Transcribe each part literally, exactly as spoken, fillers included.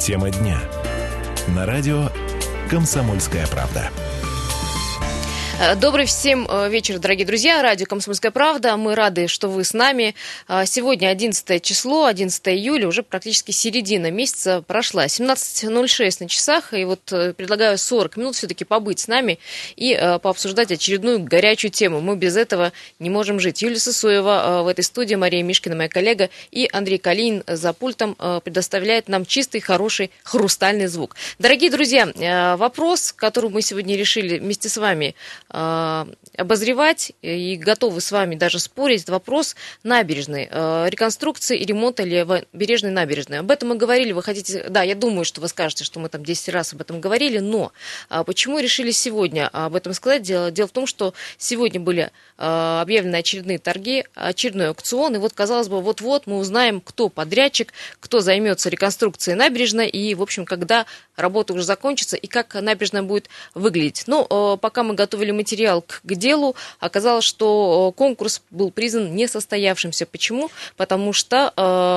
Тема дня. На радио «Комсомольская правда». Добрый всем вечер, дорогие друзья. Радио «Комсомольская правда». Мы рады, что вы с нами. Сегодня одиннадцатое число, одиннадцатое июля, уже практически середина месяца прошла. семнадцать ноль шесть на часах. И вот предлагаю сорок минут все-таки побыть с нами и пообсуждать очередную горячую тему. Мы без этого не можем жить. Юлия Сысоева в этой студии, Мария Мишкина, моя коллега, и Андрей Калинин за пультом предоставляет нам чистый, хороший, хрустальный звук. Дорогие друзья, вопрос, который мы сегодня решили вместе с вами обозревать и готовы с вами даже спорить, это вопрос набережной, реконструкции и ремонта левобережной набережной. Об этом мы говорили, вы хотите, да, я думаю, что вы скажете, что мы там десять раз об этом говорили, но почему решили сегодня об этом сказать? Дело, дело в том, что сегодня были объявлены очередные торги, очередной аукцион, и вот, казалось бы, вот-вот мы узнаем, кто подрядчик, кто займется реконструкцией набережной, и, в общем, когда работа уже закончится, и как набережная будет выглядеть. Но пока мы готовили материал к, к делу, оказалось, что конкурс был признан несостоявшимся. Почему? Потому что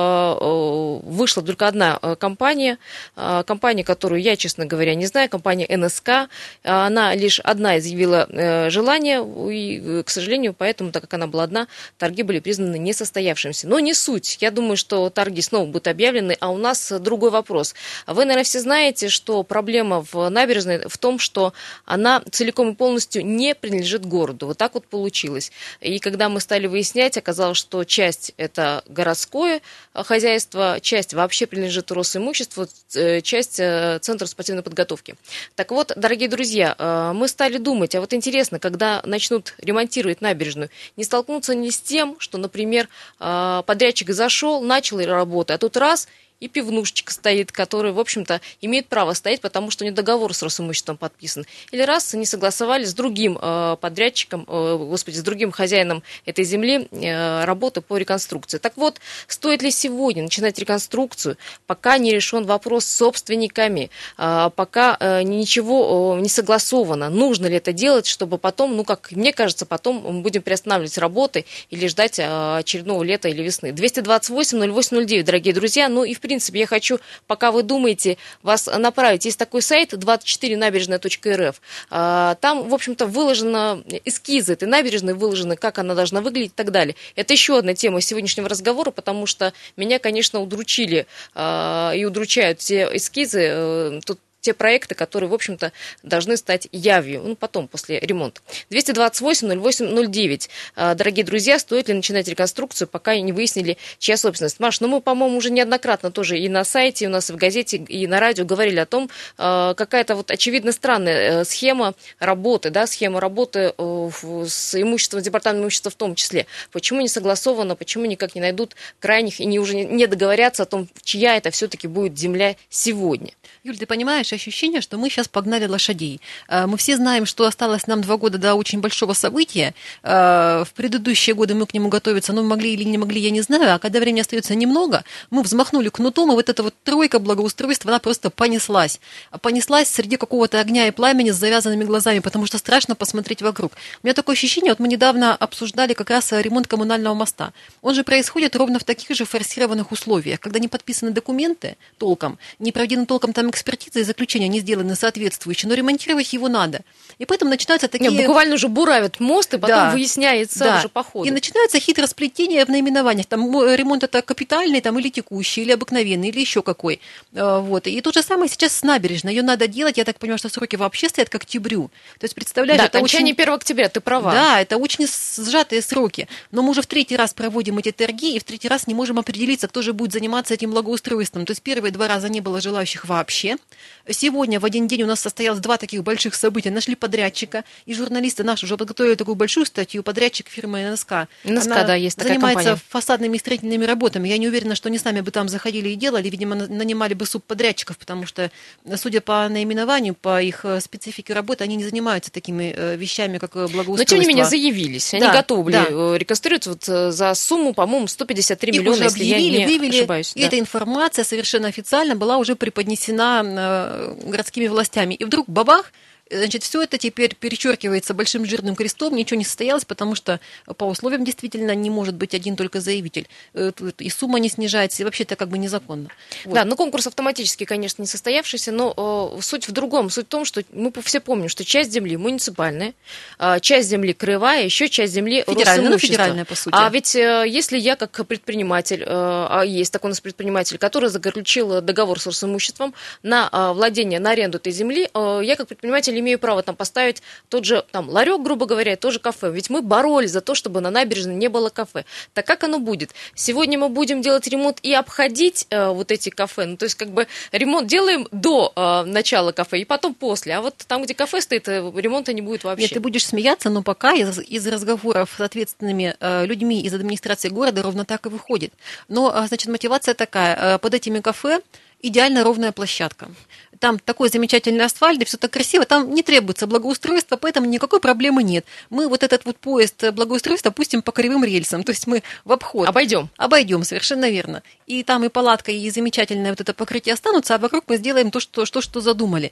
э, вышла только одна компания, э, компания, которую я, честно говоря, не знаю, компания эн эс ка. Она лишь одна изъявила э, желание, и, к сожалению, поэтому, так как она была одна, торги были признаны несостоявшимися. Но не суть. Я думаю, что торги снова будут объявлены, а у нас другой вопрос. Вы, наверное, все знаете, что проблема в набережной в том, что она целиком и полностью не принадлежит городу. Вот так вот получилось. И когда мы стали выяснять, оказалось, что часть это городское хозяйство, часть вообще принадлежит Росимуществу, часть Центру спортивной подготовки. Так вот, дорогие друзья, мы стали думать, а вот интересно, когда начнут ремонтировать набережную, не столкнуться не с тем, что, например, подрядчик зашел, начал работу, а тут раз – и пивнушечка стоит, который, в общем-то, имеет право стоять, потому что у него договор с Росимуществом подписан. Или раз не согласовали с другим э, подрядчиком, э, господи, с другим хозяином этой земли э, работы по реконструкции. Так вот, стоит ли сегодня начинать реконструкцию, пока не решен вопрос с собственниками, э, пока э, ничего э, не согласовано, нужно ли это делать, чтобы потом, ну, как мне кажется, потом мы будем приостанавливать работы или ждать э, очередного лета или весны. двести двадцать восемь ноль восемь ноль девять, дорогие друзья, ну и в В принципе, я хочу, пока вы думаете, вас направить. Есть такой сайт двадцать четыре набережная точка эр эф. Там, в общем-то, выложены эскизы этой набережной, выложены, как она должна выглядеть и так далее. Это еще одна тема сегодняшнего разговора, потому что меня, конечно, удручили и удручают те эскизы, тут те проекты, которые, в общем-то, должны стать явью, ну, потом, после ремонта. двести двадцать восемь ноль восемь ноль девять. Дорогие друзья, стоит ли начинать реконструкцию, пока не выяснили, чья собственность? Маш, ну мы, по-моему, уже неоднократно тоже и на сайте, и у нас и в газете, и на радио говорили о том, какая-то вот очевидно странная схема работы, да, схема работы с имуществом, департаментом имущества в том числе. Почему не согласовано, почему никак не найдут крайних и не, уже не договорятся о том, чья это все-таки будет земля сегодня? Юль, ты понимаешь, ощущение, что мы сейчас погнали лошадей. Мы все знаем, что осталось нам два года до очень большого события. В предыдущие годы мы к нему готовиться, ну, могли или не могли, я не знаю. А когда времени остается немного, мы взмахнули кнутом, и вот эта вот тройка благоустройства, она просто понеслась. Понеслась среди какого-то огня и пламени с завязанными глазами, потому что страшно посмотреть вокруг. У меня такое ощущение, вот мы недавно обсуждали как раз ремонт коммунального моста. Он же происходит ровно в таких же форсированных условиях, когда не подписаны документы толком, не проведены толком там экспертиза и заключения не сделаны соответствующие, но ремонтировать его надо. И поэтому начинаются такие... Нет, буквально уже буравят мост, и потом да, выясняется да. уже по ходу. И начинаются хитросплетения в наименованиях. Там ремонт это капитальный, там, или текущий, или обыкновенный, или еще какой. Вот. И то же самое сейчас с набережной. Ее надо делать, я так понимаю, что сроки вообще стоят к октябрю. То есть, представляешь, да, это окончание очень... первого октября, ты права. Да, это очень сжатые сроки. Но мы уже в третий раз проводим эти торги, и в третий раз не можем определиться, кто же будет заниматься этим благоустройством. То есть, первые два раза не было желающих вообще. Сегодня в один день у нас состоялось два таких больших события. Нашли подрядчика, и журналисты наши уже подготовили такую большую статью. Подрядчик фирмы эн эс ка. эн эс ка, да, есть такая занимается компания. фасадными и строительными работами. Я не уверена, что они сами бы там заходили и делали. Видимо, нанимали бы субподрядчиков, потому что, судя по наименованию, по их специфике работы, они не занимаются такими вещами, как благоустройство. Но, тем не менее, заявились. Они да, готовы были да. реконструировать вот за сумму, по-моему, сто пятьдесят три их миллиона, уже если объявили, я не вывели, ошибаюсь. И да. эта информация совершенно официально была уже преподнесена городскими властями. И вдруг бабах, Значит, все это теперь перечеркивается большим жирным крестом, ничего не состоялось, потому что по условиям действительно не может быть один только заявитель. И сумма не снижается, и вообще это как бы незаконно. Вот. Да, ну конкурс автоматически, конечно, не состоявшийся, но э, суть в другом. Суть в том, что мы все помним, что часть земли муниципальная, э, часть земли краевая, еще часть земли федеральная, ну, федеральная, по сути. А ведь э, если я как предприниматель, э, а есть такой у нас предприниматель, который заключил договор с Росимуществом на э, владение, на аренду этой земли, э, я как предприниматель имею право там поставить тот же там ларек, грубо говоря, и тоже кафе. Ведь мы боролись за то, чтобы на набережной не было кафе. Так как оно будет? Сегодня мы будем делать ремонт и обходить э, вот эти кафе. Ну, то есть, как бы ремонт делаем до э, начала кафе и потом после. А вот там, где кафе стоит, ремонта не будет вообще. Нет, ты будешь смеяться, но пока из, из разговоров с ответственными э, людьми из администрации города ровно так и выходит. Но, э, значит, мотивация такая. Э, под этими кафе идеально ровная площадка. Там такой замечательный асфальт, и все так красиво, там не требуется благоустройство, поэтому никакой проблемы нет. Мы вот этот вот поезд благоустройства пустим по кривым рельсам, то есть мы в обход. Обойдем. Обойдем, совершенно верно. И там и палатка, и замечательное вот это покрытие останутся, а вокруг мы сделаем то, что, что, что задумали.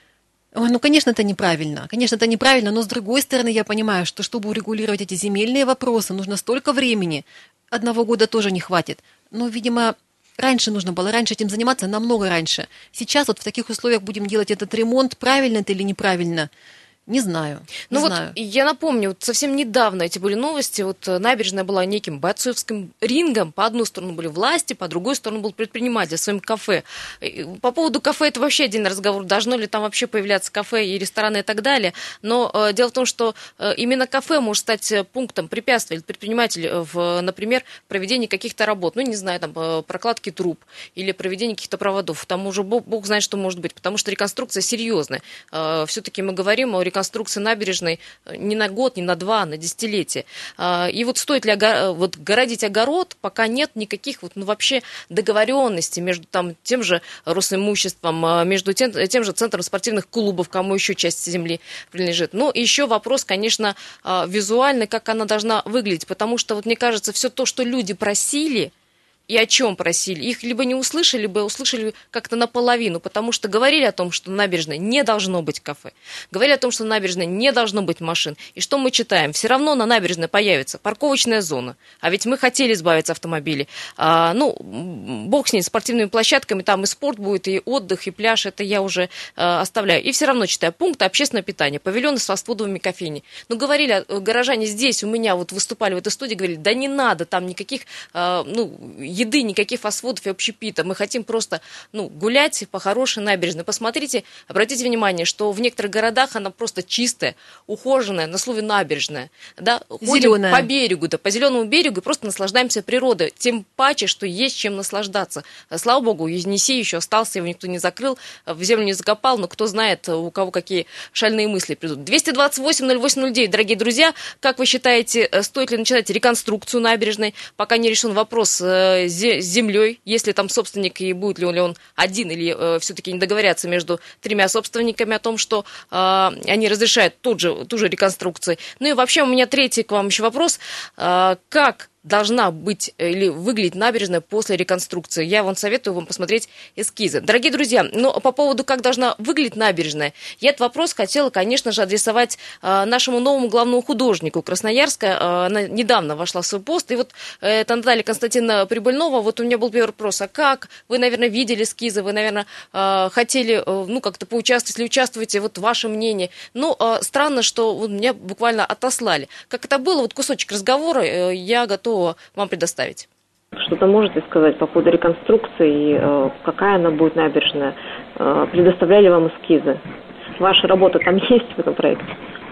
Ну, конечно, это неправильно. Конечно, это неправильно, но с другой стороны, я понимаю, что чтобы урегулировать эти земельные вопросы, нужно столько времени. Одного года тоже не хватит. Но, видимо, раньше нужно было, раньше этим заниматься, намного раньше. Сейчас вот в таких условиях будем делать этот ремонт, правильно это или неправильно, не знаю. Не ну знаю. Вот я напомню, вот совсем недавно эти были новости, вот набережная была неким бойцовским рингом, по одну сторону были власти, по другой сторону был предприниматель в своем кафе. По поводу кафе это вообще отдельный разговор, должно ли там вообще появляться кафе и рестораны и так далее, но э, дело в том, что э, именно кафе может стать пунктом препятствия, предприниматель в, например, проведении каких-то работ, ну не знаю, там прокладки труб или проведении каких-то проводов, там уже Бог, Бог знает, что может быть, потому что реконструкция серьезная. Э, все-таки мы говорим о реконструкции конструкции набережной не на год, не на два, а на десятилетие. И вот стоит ли вот городить огород, пока нет никаких вот, ну, вообще договоренностей между там, тем же Росимуществом, между тем, тем же центром спортивных клубов, кому еще часть земли принадлежит. Ну, и еще вопрос, конечно, визуальный, как она должна выглядеть, потому что, вот мне кажется, все то, что люди просили, и о чем просили. Их либо не услышали, либо услышали как-то наполовину, потому что говорили о том, что на набережной не должно быть кафе. Говорили о том, что на набережной не должно быть машин. И что мы читаем? Все равно на набережной появится парковочная зона. А ведь мы хотели избавиться от автомобилей. А, ну, бог с ней, спортивными площадками, там и спорт будет, и отдых, и пляж, это я уже а, оставляю. И все равно читаю пункты общественного питания, павильоны с фастфудовыми кофейни. Ну, говорили, горожане здесь у меня вот выступали в этой студии, говорили, да не надо, там никаких, а, ну, еды, никаких фастфудов и общепита. Мы хотим просто ну, гулять по хорошей набережной. Посмотрите, обратите внимание, что в некоторых городах она просто чистая, ухоженная, на слове набережная. Да? Ходим зеленая. По берегу, да, по зеленому берегу и просто наслаждаемся природой. Тем паче, что есть чем наслаждаться. Слава богу, Енисей еще остался, его никто не закрыл, в землю не закопал, но кто знает, у кого какие шальные мысли придут. двести двадцать восемь ноль восемь ноль девять, дорогие друзья, как вы считаете, стоит ли начинать реконструкцию набережной, пока не решен вопрос с землей, если там собственник и будет ли он один, или э, все-таки не договорятся между тремя собственниками о том, что э, они разрешают ту же, ту же реконструкцию. Ну и вообще у меня третий к вам еще вопрос. Э, как должна быть или выглядеть набережная после реконструкции? Я вам советую вам посмотреть эскизы. Дорогие друзья, ну, по поводу, как должна выглядеть набережная, я этот вопрос хотела, конечно же, адресовать э, нашему новому главному художнику Красноярска. Э, она недавно вошла в свой пост. И вот э, это Наталья Константиновна Прибыльнова. Вот у меня был первый вопрос. А как? Вы, наверное, видели эскизы, вы, наверное, э, хотели, э, ну, как-то поучаствовать, если участвуете, вот ваше мнение. Ну, э, странно, что вот, меня буквально отослали. Как это было? Вот кусочек разговора э, я готова вам предоставить. Что-то можете сказать по поводу реконструкции, э, какая она будет набережная? Э, предоставляли вам эскизы? Ваша работа там есть в этом проекте?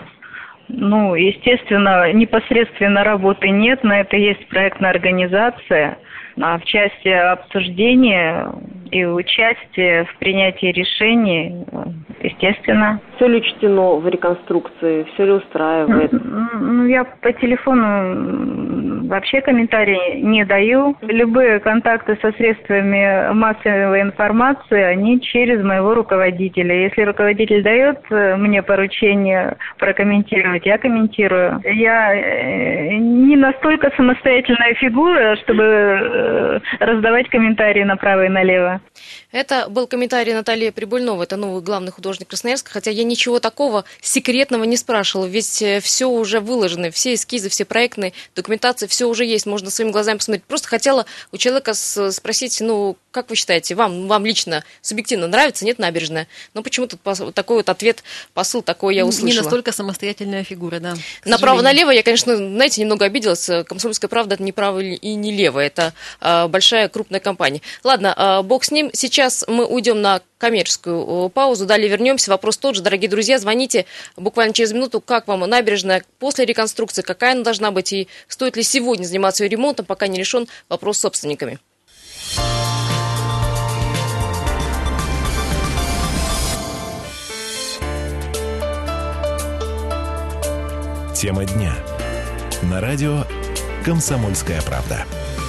Ну, естественно, непосредственно работы нет, но это есть проектная организация. А в части обсуждения и участия в принятии решений, естественно. Все ли учтено в реконструкции, все ли устраивает? Ну, я по телефону Вообще комментарий не даю. Любые контакты со средствами массовой информации, они через моего руководителя. Если руководитель дает мне поручение прокомментировать, я комментирую. Я не настолько самостоятельная фигура, чтобы раздавать комментарии направо и налево. Это был комментарий Натальи Прибыльновой, это новый главный художник Красноярска, хотя я ничего такого секретного не спрашивала, ведь все уже выложено, все эскизы, все проектные документации, все уже есть, можно своими глазами посмотреть. Просто хотела у человека спросить, ну, как вы считаете, вам, вам лично субъективно нравится, нет, набережная? Но почему-то такой вот ответ, посыл такой я услышала. Не настолько самостоятельная фигура, да. Направо-налево я, конечно, знаете, немного обиделась. «Комсомольская правда» — это не право и не лево, это а, большая крупная компания. Ладно, а, бог с ним. Сейчас мы уйдем на коммерческую паузу, далее вернемся. Вопрос тот же, дорогие друзья, звоните буквально через минуту, как вам набережная после реконструкции, какая она должна быть и стоит ли сегодня заниматься ее ремонтом, пока не решен вопрос с собственниками. Тема дня. На радио «Комсомольская правда».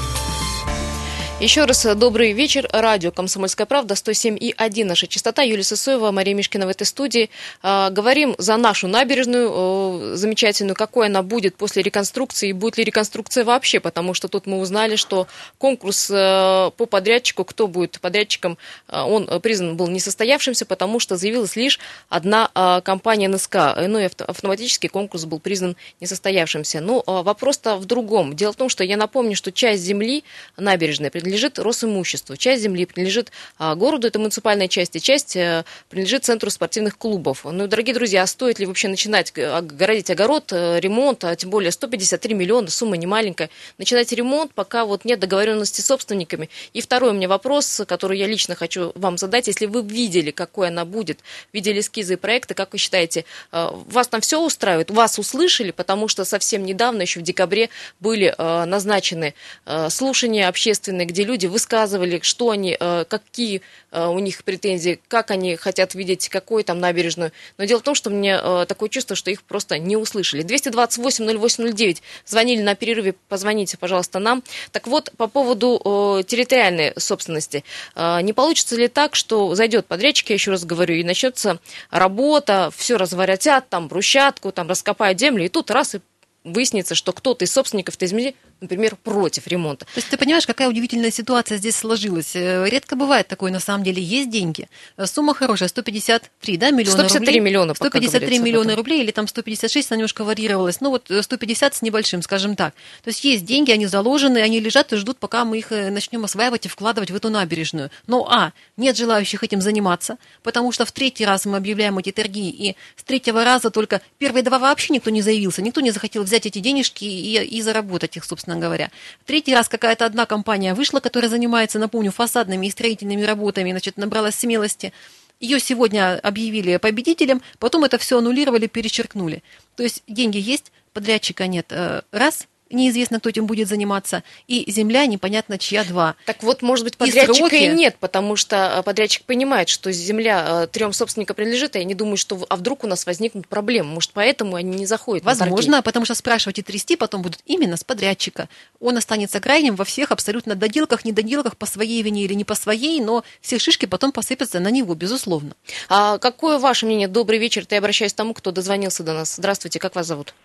Еще раз добрый вечер. Радио «Комсомольская правда», сто семь и один наша частота. Юлия Сысоева, Мария Мишкина в этой студии. А, говорим за нашу набережную, о, замечательную, какой она будет после реконструкции, и будет ли реконструкция вообще, потому что тут мы узнали, что конкурс э, по подрядчику, кто будет подрядчиком, э, он признан был несостоявшимся, потому что заявилась лишь одна э, компания эн эс ка, ну и авто, автоматически конкурс был признан несостоявшимся. Но э, вопрос-то в другом. Дело в том, что я напомню, что часть земли набережной принадлежит Росимуществу. Часть земли принадлежит а, городу, это муниципальная часть, и часть а, принадлежит Центру спортивных клубов. Ну, дорогие друзья, а стоит ли вообще начинать огородить огород, а, ремонт, а тем более сто пятьдесят три миллиона, сумма не маленькая, начинать ремонт, пока вот нет договоренности с собственниками. И второй у меня вопрос, который я лично хочу вам задать, если вы видели, какой она будет, видели эскизы и проекты, как вы считаете, а, вас там все устраивает, вас услышали, потому что совсем недавно, еще в декабре, были а, назначены а, слушания общественные, где люди высказывали, что они, какие у них претензии, как они хотят видеть, какую там набережную. Но дело в том, что мне такое чувство, что их просто не услышали. двести двадцать восемь ноль восемь ноль девять. Звонили на перерыве, позвоните, пожалуйста, нам. Так вот, по поводу территориальной собственности. Не получится ли так, что зайдет подрядчик, я еще раз говорю, и начнется работа, все разворотят, там брусчатку, там раскопают землю, и тут раз и выяснится, что кто-то из собственников этой земли, например, против ремонта. То есть ты понимаешь, какая удивительная ситуация здесь сложилась. Редко бывает такое, на самом деле. Есть деньги. Сумма хорошая, сто пятьдесят три, да, миллиона рублей. сто пятьдесят три миллиона, сто пятьдесят три миллиона рублей, или там сто пятьдесят шесть, она немножко варьировалась. Ну вот сто пятьдесят с небольшим, скажем так. То есть есть деньги, они заложены, они лежат и ждут, пока мы их начнем осваивать и вкладывать в эту набережную. Но, а, нет желающих этим заниматься, потому что в третий раз мы объявляем эти торги, и с третьего раза только первые два вообще никто не заявился, никто не захотел взять эти денежки и, и заработать их, собственно говоря. Третий раз какая-то одна компания вышла, которая занимается, напомню, фасадными и строительными работами, значит, набралась смелости. Ее сегодня объявили победителем, потом это все аннулировали, перечеркнули. То есть деньги есть, подрядчика нет. Раз, неизвестно, кто этим будет заниматься, и земля непонятно чья, два. Так вот, может быть, подрядчика и, сроки... и нет, потому что подрядчик понимает, что земля трем собственникам принадлежит, и они думают, что а вдруг у нас возникнут проблемы, может, поэтому они не заходят на торги. Возможно, потому что спрашивать и трясти потом будут именно с подрядчика. Он останется крайним во всех абсолютно доделках, недоделках, по своей вине или не по своей, но все шишки потом посыпятся на него, безусловно. А какое ваше мнение? Добрый вечер, я обращаюсь к тому, кто дозвонился до нас. Здравствуйте, как вас зовут?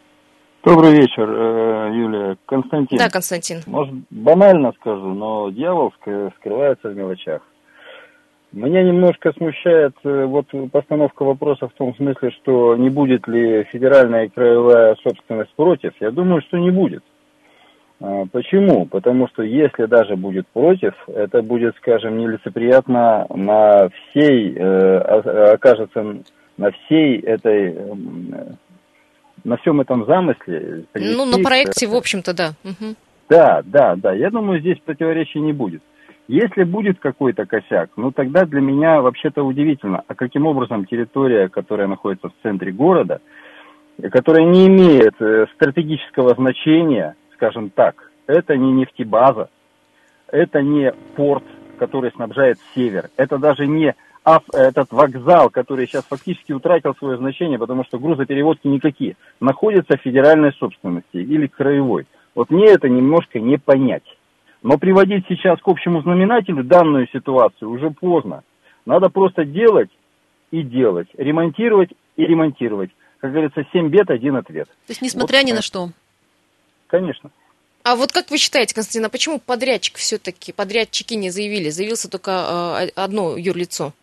Добрый вечер, Юлия. Константин. Да, Константин. Может, банально скажу, но дьявол скрывается в мелочах. Меня немножко смущает вот постановка вопроса в том смысле, что не будет ли федеральная и краевая собственность против. Я думаю, что не будет. Почему? Потому что если даже будет против, это будет, скажем, нелицеприятно на всей, окажется на всей этой... на всем этом замысле... Ну, на проекте, в общем-то, да. Угу. Да, да, да. Я думаю, здесь противоречий не будет. Если будет какой-то косяк, ну, тогда для меня вообще-то удивительно, а каким образом территория, которая находится в центре города, которая не имеет стратегического значения, скажем так, это не нефтебаза, это не порт, который снабжает север, это даже не... А этот вокзал, который сейчас фактически утратил свое значение, потому что грузоперевозки никакие, находится в федеральной собственности или краевой. Вот мне это немножко не понять. Но приводить сейчас к общему знаменателю данную ситуацию уже поздно. Надо просто делать и делать, ремонтировать и ремонтировать. Как говорится, семь бед, один ответ. То есть, несмотря вот, ни на что. Конечно. А вот как вы считаете, Константин, а почему подрядчик все-таки, подрядчики не заявили? Заявился только э, одно юрлицо.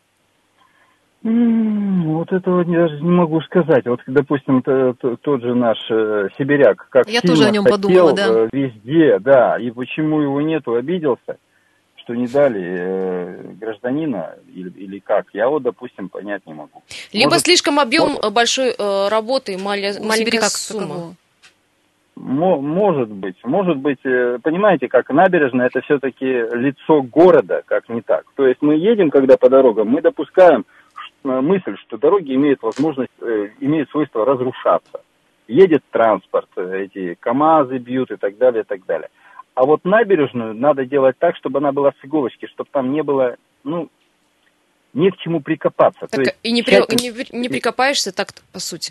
Mm, вот этого даже не могу сказать. Вот, допустим, тот же наш э, сибиряк, как Я сильно тоже о нем хотел подумала, да. везде, да, и почему его нету, обиделся, что не дали э, гражданина или, или как, я вот, допустим, понять не могу. Либо Может, слишком объем может, большой э, работы и маля, маленькая как сумма. Может быть, может быть, понимаете, как набережная, это все-таки лицо города, как не так. То есть мы едем, когда по дорогам, мы допускаем мысль, что дороги имеют возможность, имеют свойство разрушаться. Едет транспорт, эти КАМАЗы бьют и так далее, и так далее. А вот набережную надо делать так, чтобы она была с иголочки, чтобы там не было, ну, не к чему прикопаться. Так, То есть, и не, при, не, не прикопаешься так, по сути?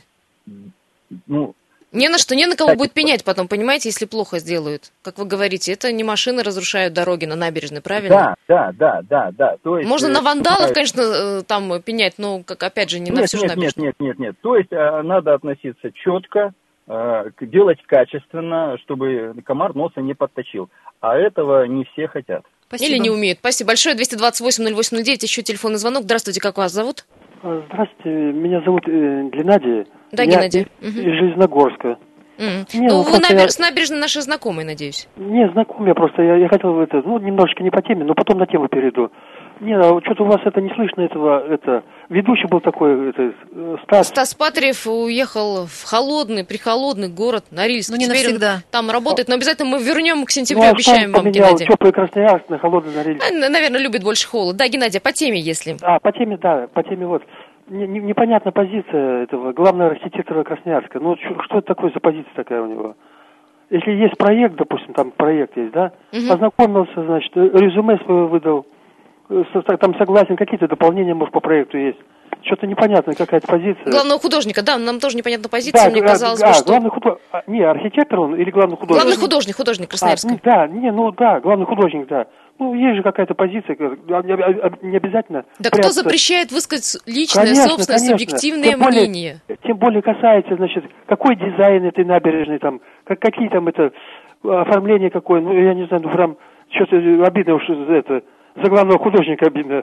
Ну, не на что, не на кого будет пенять потом, понимаете, если плохо сделают. Как вы говорите, это не машины разрушают дороги на набережной, правильно? Да, да, да, да, да. То есть, можно на вандалов, э, конечно, там пенять, но, как, опять же, не нет, на всю нет, набережную. Нет, нет, нет, нет. То есть э, надо относиться четко, э, делать качественно, чтобы комар носа не подточил. А этого не все хотят. Спасибо. Или не умеют. Спасибо большое. двести двадцать восемь ноль восемь ноль девять, еще телефонный звонок. Здравствуйте, как вас зовут? Здравствуйте, меня зовут э, Геннадий. Да, я Геннадий. Из, угу. из Железногорска. Mm. Не, ну, ну, вы набер... я... с набережной наши знакомые, надеюсь. Не, знакомые просто. Я, я хотел это, ну, немножечко не по теме, но потом на тему перейду. Не, а что-то у вас это не слышно этого, это... Ведущий был такой, это, Стас. Стас Патриев уехал в холодный, прихолодный город Норильск. Ну, не Теперь навсегда. Он там работает, но обязательно мы вернем к сентябрю, ну, а обещаем вам, поменял? Геннадий. Теплый Красноярск на холодный Норильск. А, наверное, любит больше холод. Да, Геннадий, по теме, если. А, по теме, да, по теме вот. Не, не, непонятна позиция этого главного архитектора Красноярска. Ну, что, что это такое за позиция такая у него? Если есть проект, допустим, там проект есть, да, угу. Познакомился, значит, резюме свое выдал, там согласен, какие-то дополнения, может, по проекту есть. Что-то непонятно, какая-то позиция. Главного художника, да, нам тоже непонятна позиция, да, мне да, казалось да, бы, что... главный художник, не, архитектор он или главный художник? Главный художник, художник Красноярска. А, да, не, ну да, главный художник, да. Ну, есть же какая-то позиция, не обязательно... Да прятаться. Кто запрещает высказать личное, конечно, собственное, конечно. субъективное тем более, мнение? Тем более касается, значит, какой дизайн этой набережной, там, как, какие там это, оформление какое, ну, я не знаю, ну, прям, что-то обидно уж за это, за главного художника обидно.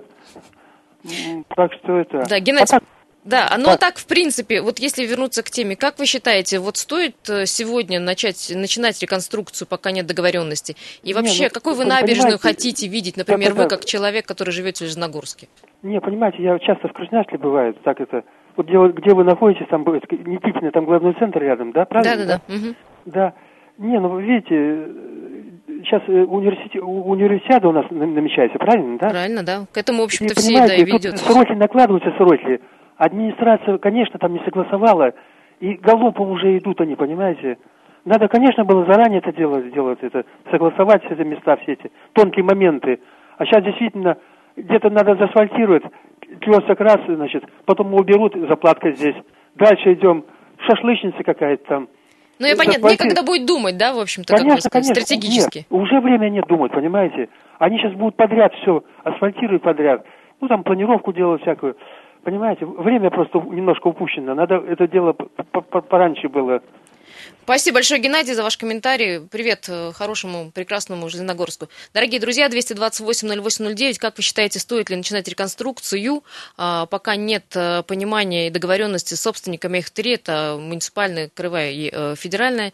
Так что это... Да, Геннадий... А так... Да, но так. так, в принципе, вот если вернуться к теме, как вы считаете, вот стоит сегодня начать, начинать реконструкцию, пока нет договоренности? И вообще, не, ну, какой вы, вы набережную хотите видеть, например, да, да, вы, да. как человек, который живет в Железногорске? Не, понимаете, я часто в Красноярске бывает, так это... Вот где, где вы находитесь, там будет Никитина, там главный центр рядом, да, правильно? Да-да-да. Да? Угу. Да. Не, ну, видите, сейчас университет, универсиада у нас намечается, правильно, да? Правильно, да. К этому, в общем-то, и, все это и ведет. Сроки накладываются, сроки. Администрация, конечно, там не согласовала, и галопом уже идут они, понимаете? Надо, конечно, было заранее это делать, сделать, это, согласовать все эти места, все эти тонкие моменты. А сейчас действительно где-то надо заасфальтировать, клёсток раз, значит, потом уберут, заплатка здесь. Дальше идем, шашлычница какая-то там. Ну, я понятно, некогда будет думать, да, в общем-то, конечно, как вы сказали, конечно. стратегически. Нет, уже время нет думать, понимаете? Они сейчас будут подряд все асфальтировать подряд. Ну, там планировку делать всякую. Понимаете, время просто немножко упущено. Надо это дело пораньше было. Спасибо большое, Геннадий, за ваш комментарий. Привет хорошему, прекрасному Железногорску. Дорогие друзья, двести двадцать восемь ноль восемь ноль девять. Как вы считаете, стоит ли начинать реконструкцию? Пока нет понимания и договоренности с собственниками их три, это муниципальная, краевая и федеральная.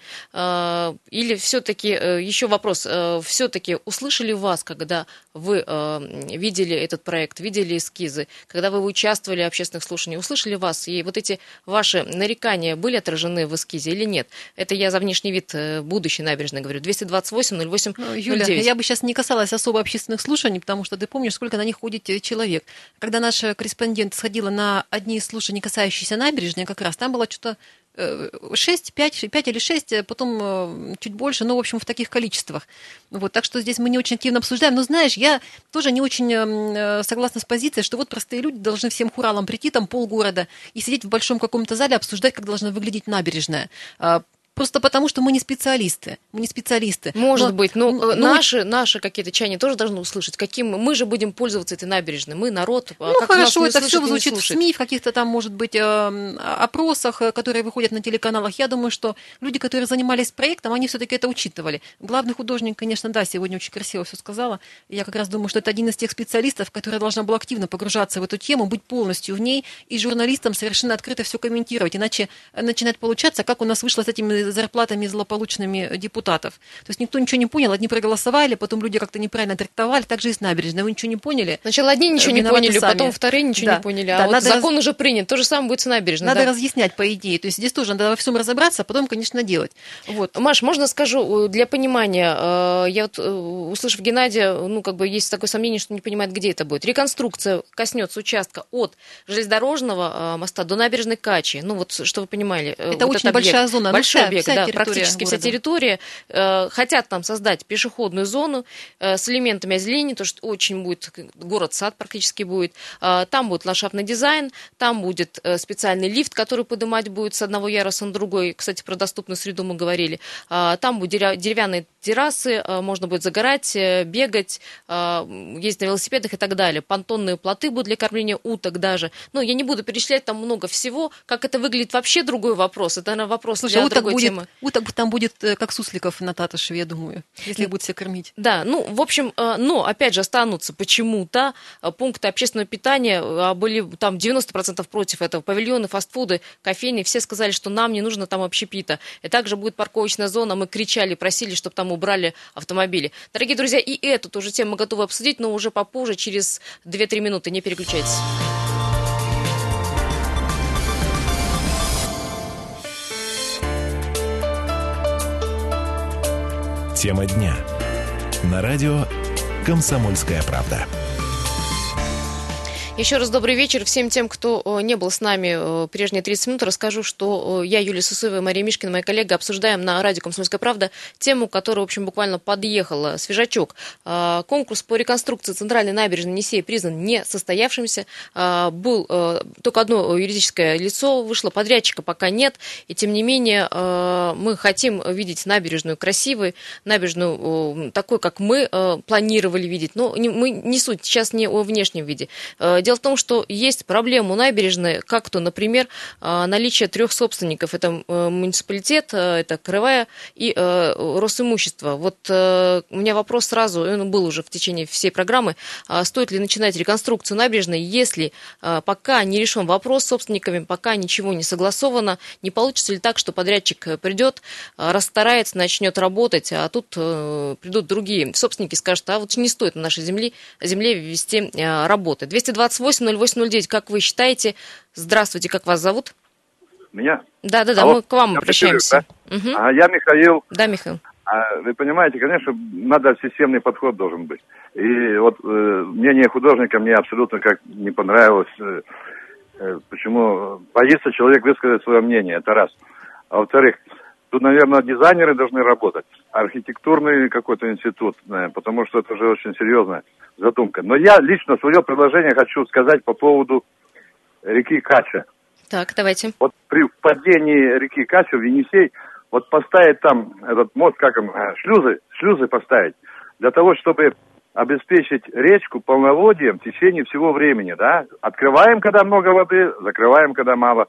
Или все-таки, еще вопрос, все-таки услышали вас, когда вы видели этот проект, видели эскизы, когда вы участвовали в общественных слушаниях, услышали вас, и вот эти ваши нарекания были отражены в эскизе или нет? Это я за внешний вид будущей набережной говорю. двести двадцать восемь ноль восемь ноль девять. Юля, я бы сейчас не касалась особо общественных слушаний, потому что ты помнишь, сколько на них ходит человек. Когда наша корреспондент сходила на одни из слушаний, касающиеся набережной, как раз там было что-то шесть, пять, пять или шесть, потом чуть больше, но, в общем, в таких количествах. Вот, так что здесь мы не очень активно обсуждаем. Но, знаешь, я тоже не очень согласна с позицией, что вот простые люди должны всем хуралам прийти, там полгорода, и сидеть в большом каком-то зале, обсуждать, как должна выглядеть набережная. Просто потому, что мы не специалисты. Мы не специалисты. Может но, быть, но ну, наши, наши какие-то чаяния тоже должны услышать, каким мы же будем пользоваться этой набережной. Мы народ. Ну, как хорошо, нас это все слышит, звучит в СМИ, в каких-то там, может быть, опросах, которые выходят на телеканалах. Я думаю, что люди, которые занимались проектом, они все-таки это учитывали. Главный художник, конечно, да, сегодня очень красиво все сказала. Я как раз думаю, что это один из тех специалистов, который должна была активно погружаться в эту тему, быть полностью в ней, и журналистам совершенно открыто все комментировать. Иначе начинает получаться, как у нас вышло с этими зарплатами злополучными депутатов. То есть никто ничего не понял, одни проголосовали, потом люди как-то неправильно трактовали, так же и с набережной. Вы ничего не поняли. Сначала одни ничего не поняли, сами. Потом вторые ничего да. не поняли, да, а вот закон раз... уже принят. То же самое будет с набережной. Надо да. разъяснять, по идее. То есть здесь тоже надо во всем разобраться, а потом, конечно, делать. Вот. Маш, можно скажу, для понимания, я вот, услышав Геннадия, ну, как бы есть такое сомнение, что не понимает, где это будет. Реконструкция коснется участка от железнодорожного моста до набережной Качи. Ну, вот, что вы понимали. Это вот очень большая зона. Большой вся, объект, вся да, территория практически города. вся территория. Хотят там создать пешеходную зону с элементами озеленения, то что очень будет город-сад практически будет. Там будет ландшафтный дизайн, там будет специальный лифт, который поднимать будет с одного яруса на другой. Кстати, про доступную среду мы говорили. Там будут деревянные террасы, можно будет загорать, бегать, ездить на велосипедах и так далее. Понтонные плоты будут для кормления уток даже. Ну, я не буду перечислять там много всего. Как это выглядит, вообще другой вопрос. Это, наверное, вопрос Слушай, для уток другой будет, темы. Уток там будет как сусликов на Татышеве, я думаю, если их будут все кормить. Да, ну, в общем, но, опять же, останутся почему-то пункты общественного питания, были там девяносто процентов против этого, павильоны, фастфуды, кофейни, все сказали, что нам не нужно там общепита. И также будет парковочная зона, мы кричали, просили, чтобы там убрали автомобили. Дорогие друзья, и эту тоже тему мы готовы обсудить, но уже попозже, через две-три минуты, не переключайтесь. Тема дня. На радио «Комсомольская правда». Еще раз добрый вечер всем тем, кто не был с нами прежние тридцать минут. Расскажу, что я, Юлия Сысоева и Мария Мишкина, моя коллега, обсуждаем на радио «Комсомольская правда» тему, которая, в общем, буквально подъехала, свежачок. Конкурс по реконструкции центральной набережной Енисея признан несостоявшимся. Был только одно юридическое лицо, вышло подрядчика, пока нет. И, тем не менее, мы хотим видеть набережную красивой, набережную такой, как мы планировали видеть. Но мы не суть, сейчас не о внешнем виде. Дело в том, что есть проблема у набережной, как то, например, наличие трех собственников. Это муниципалитет, это Краевая и Росимущество. Вот у меня вопрос сразу, он был уже в течение всей программы, стоит ли начинать реконструкцию набережной, если пока не решен вопрос с собственниками, пока ничего не согласовано, не получится ли так, что подрядчик придет, расстарается, начнет работать, а тут придут другие собственники и скажут, а вот не стоит на нашей земле, земле вести работы. двести двадцать восемь ноль восемь ноль девять, как вы считаете? Здравствуйте, как вас зовут? Меня? Да-да-да, Алло, мы к вам обращаемся. Да? Угу. А я Михаил. Да, Михаил. А, вы понимаете, конечно, надо системный подход должен быть. И вот э, мнение художника мне абсолютно как не понравилось. Э, э, почему? Боится человек высказать свое мнение, это раз. А во-вторых, тут, наверное, дизайнеры должны работать, архитектурный какой-то институт, наверное, потому что это уже очень серьезная задумка. Но я лично свое предложение хочу сказать по поводу реки Кача. Так, давайте. Вот при впадении реки Кача в Енисей, вот поставить там этот мост, как им, шлюзы, шлюзы поставить, для того, чтобы обеспечить речку полноводием в течение всего времени, да? Открываем, когда много воды, закрываем, когда мало.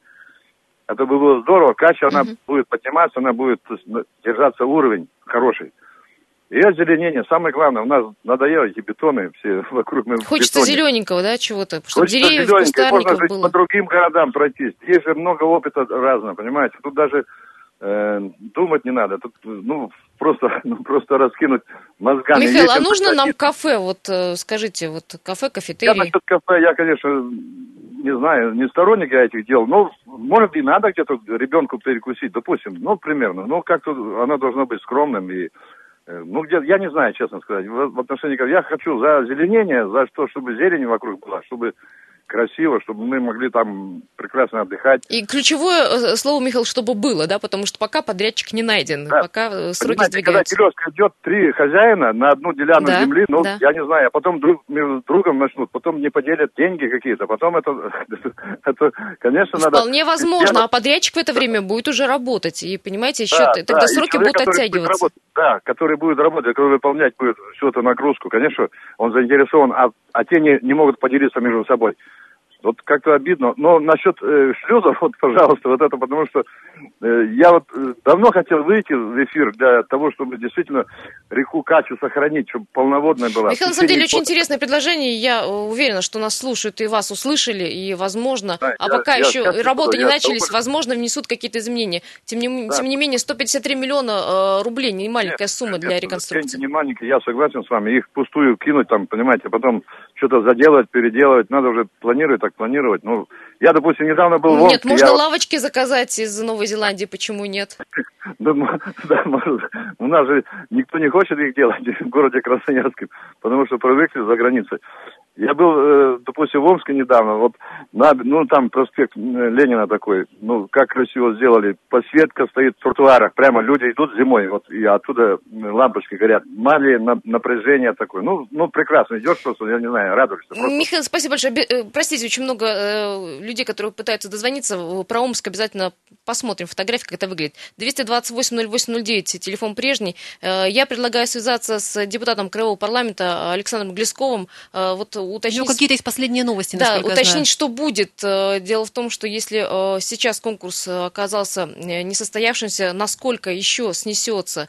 Это было здорово. Кача, она uh-huh. будет подниматься, она будет держаться уровень хороший. И озеленение. Самое главное, у нас надоело эти бетоны все вокруг. Мы Хочется бетоне. Зелененького, да, чего-то? Чтобы Хочется деревьев, зелененького. Можно жить было. по другим городам пройтись. Есть же много опыта разного, понимаете? Тут даже э, думать не надо. Тут, ну, просто, ну, просто раскинуть мозгами. Михаил, Есть а нужно проходить. нам кафе? Вот скажите, вот кафе, кафетерий. Я насчет кафе, я, конечно, не знаю, не сторонник я этих дел, но, может, и надо где-то ребенку перекусить, допустим, ну, примерно. Ну, как-то оно должно быть скромным и ну, где, я не знаю, честно сказать, в, в отношении, я хочу за озеленение, за то, чтобы зелень вокруг была, чтобы красиво, чтобы мы могли там прекрасно отдыхать. И ключевое слово, Михаил, чтобы было, да, потому что пока подрядчик не найден, да. пока сроки Понимаете, сдвигаются. когда тележка идет три хозяина на одну деляну да, земли, ну, да. я не знаю, а потом друг между другом начнут, потом не поделят деньги какие-то, потом это, это конечно, надо... Вполне возможно, а подрядчик в это время будет уже работать, и, понимаете, еще да, тогда да. сроки человек, будут оттягиваться. Будет работать, да, который будет работать, который выполнять будет всю эту нагрузку, конечно, он заинтересован, а, а те не, не могут поделиться между собой. Вот как-то обидно. Но насчет э, шлюзов, вот, пожалуйста, вот это, потому что э, я вот э, давно хотел выйти в эфир для того, чтобы действительно реку Качу сохранить, чтобы полноводная была. Михаил, на самом деле, очень интересное предложение. Я уверена, что нас слушают и вас услышали, и, возможно, да, а я, пока я, еще я, работы я, не я начались, я... возможно, внесут какие-то изменения. Тем не, да. тем не менее, сто пятьдесят три миллиона э, рублей, не маленькая нет, сумма нет, для нет, реконструкции. Не маленькая, я согласен с вами. Их пустую кинуть, там, понимаете, потом что-то заделать, переделывать, надо уже планировать так планировать. Ну, я, допустим, недавно был в Омске. Нет, можно я... лавочки заказать из Новой Зеландии, почему нет? Да, может. У нас же никто не хочет их делать в городе Красноярске, потому что привыкли за границей. Я был, допустим, в Омске недавно, вот, на, ну, там проспект Ленина такой, ну, как красиво сделали, подсветка стоит в тротуарах, прямо люди идут зимой, вот, и оттуда лампочки горят, маленькое напряжение такое, ну, ну, прекрасно, идешь просто, я не знаю, радуешься. Просто. Михаил, спасибо большое, простите, очень много э, людей, которые пытаются дозвониться, про Омск обязательно посмотрим фотографии, как это выглядит. двести двадцать восемь ноль восемь ноль девять, телефон прежний. Э, я предлагаю связаться с депутатом Краевого парламента Александром Глесковым, э, вот, уточнить... Ну, какие-то есть последние новости, да, насколько уточнить, я знаю. что будет. Дело в том, что если сейчас конкурс оказался несостоявшимся, насколько еще снесется,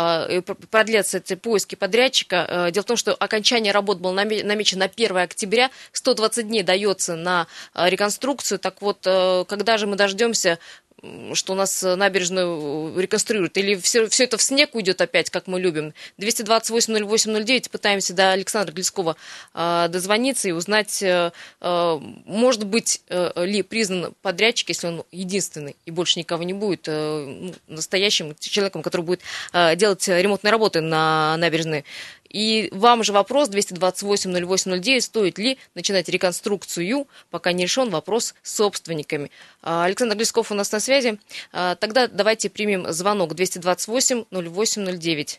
продлятся эти поиски подрядчика. Дело в том, что окончание работ было намечено на первое октября, сто двадцать дней дается на реконструкцию. Так вот, когда же мы дождемся, что у нас набережную реконструируют, или все, все это в снег уйдет опять, как мы любим. двести двадцать восемь ноль восемь ноль девять, пытаемся до Александра Глескова э, дозвониться и узнать, э, может быть э, ли признан подрядчик, если он единственный и больше никого не будет, э, ну, настоящим человеком, который будет э, делать ремонтные работы на набережной. И вам же вопрос двести двадцать восемь ноль восемь ноль девять, стоит ли начинать реконструкцию, пока не решен вопрос с собственниками. Александр Глесков у нас на связи. Тогда давайте примем звонок двести двадцать восемь ноль восемь ноль девять.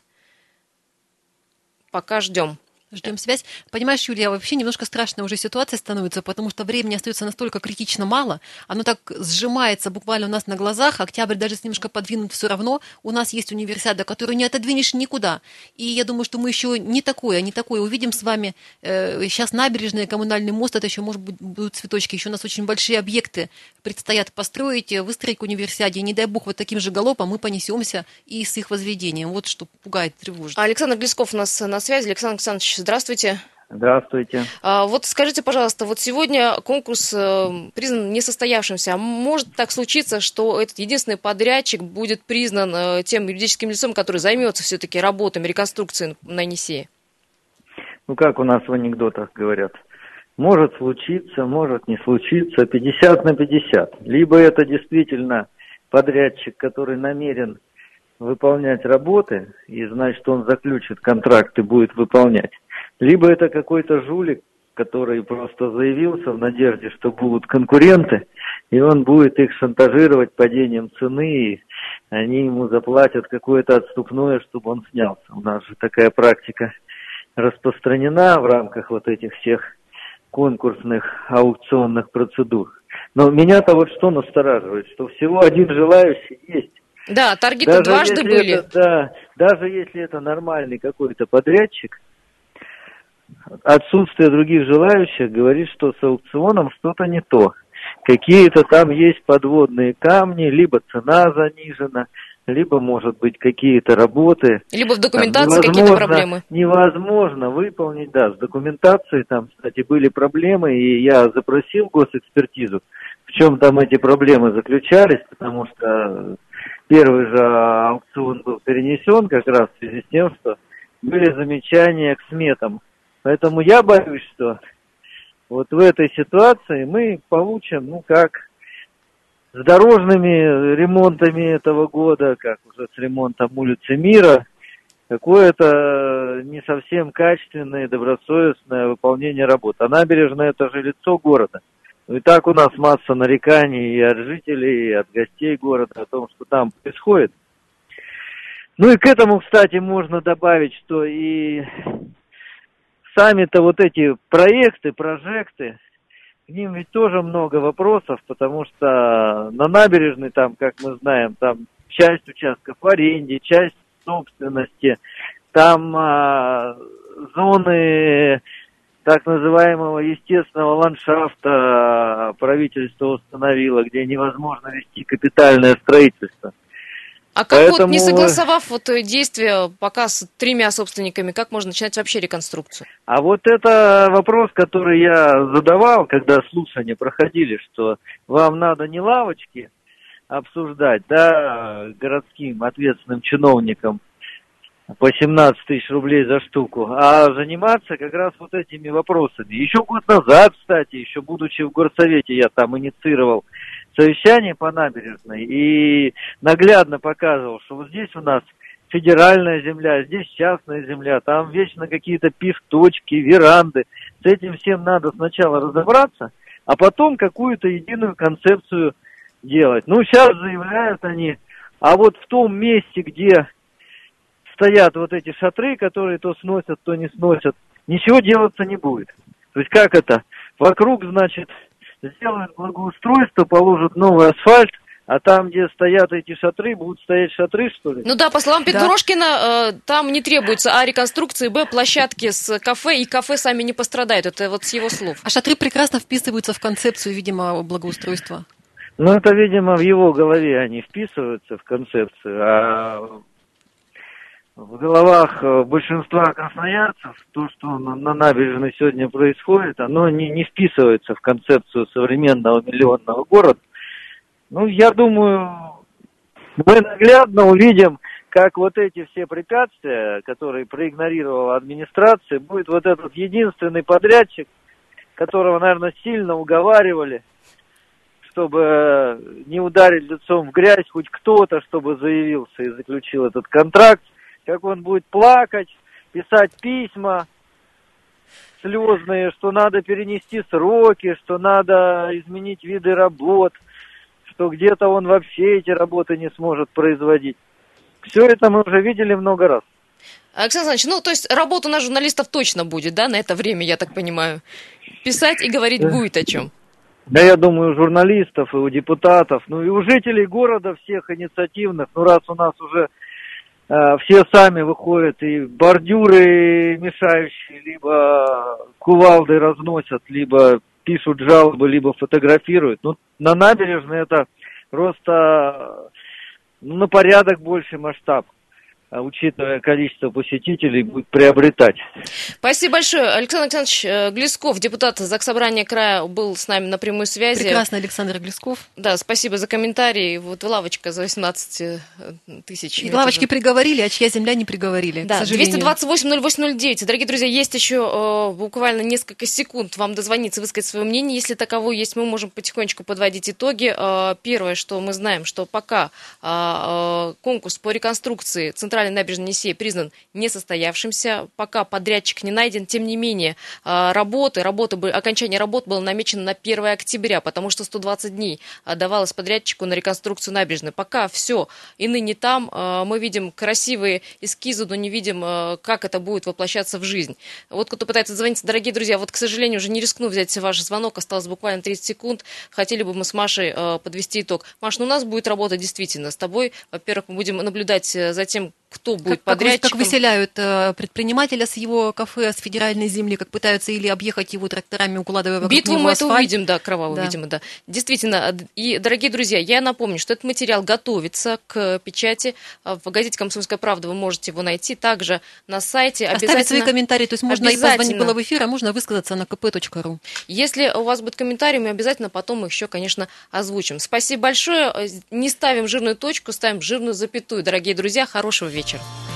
Пока ждем. Ждем связь. Понимаешь, Юлия, вообще немножко страшная уже ситуация становится, потому что времени остается настолько критично мало, оно так сжимается буквально у нас на глазах, октябрь даже немножко подвинут все равно, у нас есть универсиада, которую не отодвинешь никуда, и я думаю, что мы еще не такое, не такое увидим с вами, сейчас набережная, коммунальный мост, это еще, может быть, будут цветочки, еще у нас очень большие объекты предстоят построить, выстроить к универсиаде, и не дай бог вот таким же галопом мы понесемся и с их возведением, вот что пугает, тревожит. Александр Глесков у нас на связи. Александр Александрович, здравствуйте. Здравствуйте. А, вот скажите, пожалуйста, вот сегодня конкурс э, признан несостоявшимся. А может так случиться, что этот единственный подрядчик будет признан э, тем юридическим лицом, который займется все-таки работами реконструкции на Енисее? Ну, как у нас в анекдотах говорят, может случиться, может не случиться, пятьдесят на пятьдесят. Либо это действительно подрядчик, который намерен выполнять работы, и значит, он заключит контракт и будет выполнять. Либо это какой-то жулик, который просто заявился в надежде, что будут конкуренты, и он будет их шантажировать падением цены, и они ему заплатят какое-то отступное, чтобы он снялся. У нас же такая практика распространена в рамках вот этих всех конкурсных аукционных процедур. Но меня-то вот что настораживает, что всего один желающий есть. Да, торги-то дважды были. Это, да, даже если это нормальный какой-то подрядчик, отсутствие других желающих говорит, что с аукционом что-то не то. Какие-то там есть подводные камни, либо цена занижена, либо, может быть, какие-то работы. Либо в документации какие-то проблемы. Невозможно выполнить, да, с документацией там, кстати, были проблемы, и я запросил госэкспертизу, в чем там эти проблемы заключались, потому что первый же аукцион был перенесен как раз в связи с тем, что были замечания к сметам. Поэтому я боюсь, что вот в этой ситуации мы получим, ну, как с дорожными ремонтами этого года, как уже с ремонтом улицы Мира, какое-то не совсем качественное и добросовестное выполнение работ. А набережная – это же лицо города. Ну и так у нас масса нареканий и от жителей, и от гостей города о том, что там происходит. Ну и к этому, кстати, можно добавить, что и сами-то вот эти проекты, прожекты, к ним ведь тоже много вопросов, потому что на набережной там, как мы знаем, там часть участков в аренде, часть собственности, там а, зоны так называемого естественного ландшафта правительство установило, где невозможно вести капитальное строительство. А как Поэтому... вот, не согласовав вот действия пока с тремя собственниками, как можно начинать вообще реконструкцию? А вот это вопрос, который я задавал, когда слушания проходили, что вам надо не лавочки обсуждать, да, городским ответственным чиновникам по семнадцать тысяч рублей за штуку, а заниматься как раз вот этими вопросами. Еще год назад, кстати, еще будучи в горсовете, я там инициировал совещание по набережной и наглядно показывал, что вот здесь у нас федеральная земля, здесь частная земля, там вечно какие-то пивточки, веранды. С этим всем надо сначала разобраться, а потом какую-то единую концепцию делать. Ну, сейчас заявляют они, а вот в том месте, где стоят вот эти шатры, которые то сносят, то не сносят, ничего делаться не будет. То есть как это? Вокруг, значит, сделают благоустройство, положат новый асфальт, а там, где стоят эти шатры, будут стоять шатры, что ли? Ну да, по словам Петрушкина, да. Там не требуется а реконструкции, б площадки с кафе, и кафе сами не пострадают. Это вот с его слов. А шатры прекрасно вписываются в концепцию, видимо, благоустройства. Ну, это, видимо, в его голове они вписываются в концепцию, а в головах большинства красноярцев то, что на набережной сегодня происходит, оно не, не вписывается в концепцию современного миллионного города. Ну, я думаю, мы наглядно увидим, как вот эти все препятствия, которые проигнорировала администрация, будет вот этот единственный подрядчик, которого, наверное, сильно уговаривали, чтобы не ударить лицом в грязь, хоть кто-то, чтобы заявился и заключил этот контракт, как он будет плакать, писать письма слезные, что надо перенести сроки, что надо изменить виды работ, что где-то он вообще эти работы не сможет производить. Все это мы уже видели много раз. Александр Александрович, ну, то есть работа у нас журналистов точно будет, да, на это время, я так понимаю? Писать и говорить будет о чем? Да, я думаю, у журналистов и у депутатов, ну и у жителей города всех инициативных, ну раз у нас уже э, все сами выходят и бордюры мешающие, либо кувалды разносят, либо пишут жалобы, либо фотографируют. Ну, на набережной это просто ну, на порядок больше масштаб, учитывая количество посетителей, будет приобретать. Спасибо большое. Александр Александрович Глесков, депутат Заксобрания края, был с нами на прямой связи. Прекрасно, Александр Глесков. Да, спасибо за комментарий. Вот лавочка за восемнадцать тысяч. И лавочки же приговорили, а чья земля не приговорили, да, к сожалению. двести двадцать восемь ноль восемь ноль девять. Дорогие друзья, есть еще э, буквально несколько секунд вам дозвониться, высказать свое мнение. Если таковое есть, мы можем потихонечку подводить итоги. Э, первое, что мы знаем, что пока э, э, конкурс по реконструкции центральной набережной Енисея признан несостоявшимся, пока подрядчик не найден, тем не менее работы, работы, окончание работ было намечено на первое октября, потому что сто двадцать дней давалось подрядчику на реконструкцию набережной. Пока все и ныне там, мы видим красивые эскизы, но не видим, как это будет воплощаться в жизнь. Вот кто пытается звонить, дорогие друзья, вот, к сожалению, уже не рискну взять ваш звонок, осталось буквально тридцать секунд. Хотели бы мы с Машей подвести итог. Маш, ну у нас будет работа действительно с тобой. Во-первых, мы будем наблюдать за тем, кто будет как, подрядчиком. Как выселяют предпринимателя с его кафе, с федеральной земли, как пытаются или объехать его тракторами, укладывая вокруг Битву него мы асфальт. это увидим, да, кровавую, да. видимо, да. Действительно, и, дорогие друзья, я напомню, что этот материал готовится к печати. В газете «Комсомольская правда» вы можете его найти. Также на сайте обязательно... Оставить свои комментарии, то есть можно и позвонить было в эфир, а можно высказаться на ка пэ точка ру. Если у вас будут комментарии, мы обязательно потом их еще, конечно, озвучим. Спасибо большое. Не ставим жирную точку, ставим жирную запятую. Дорогие друзья, хорошего вечера.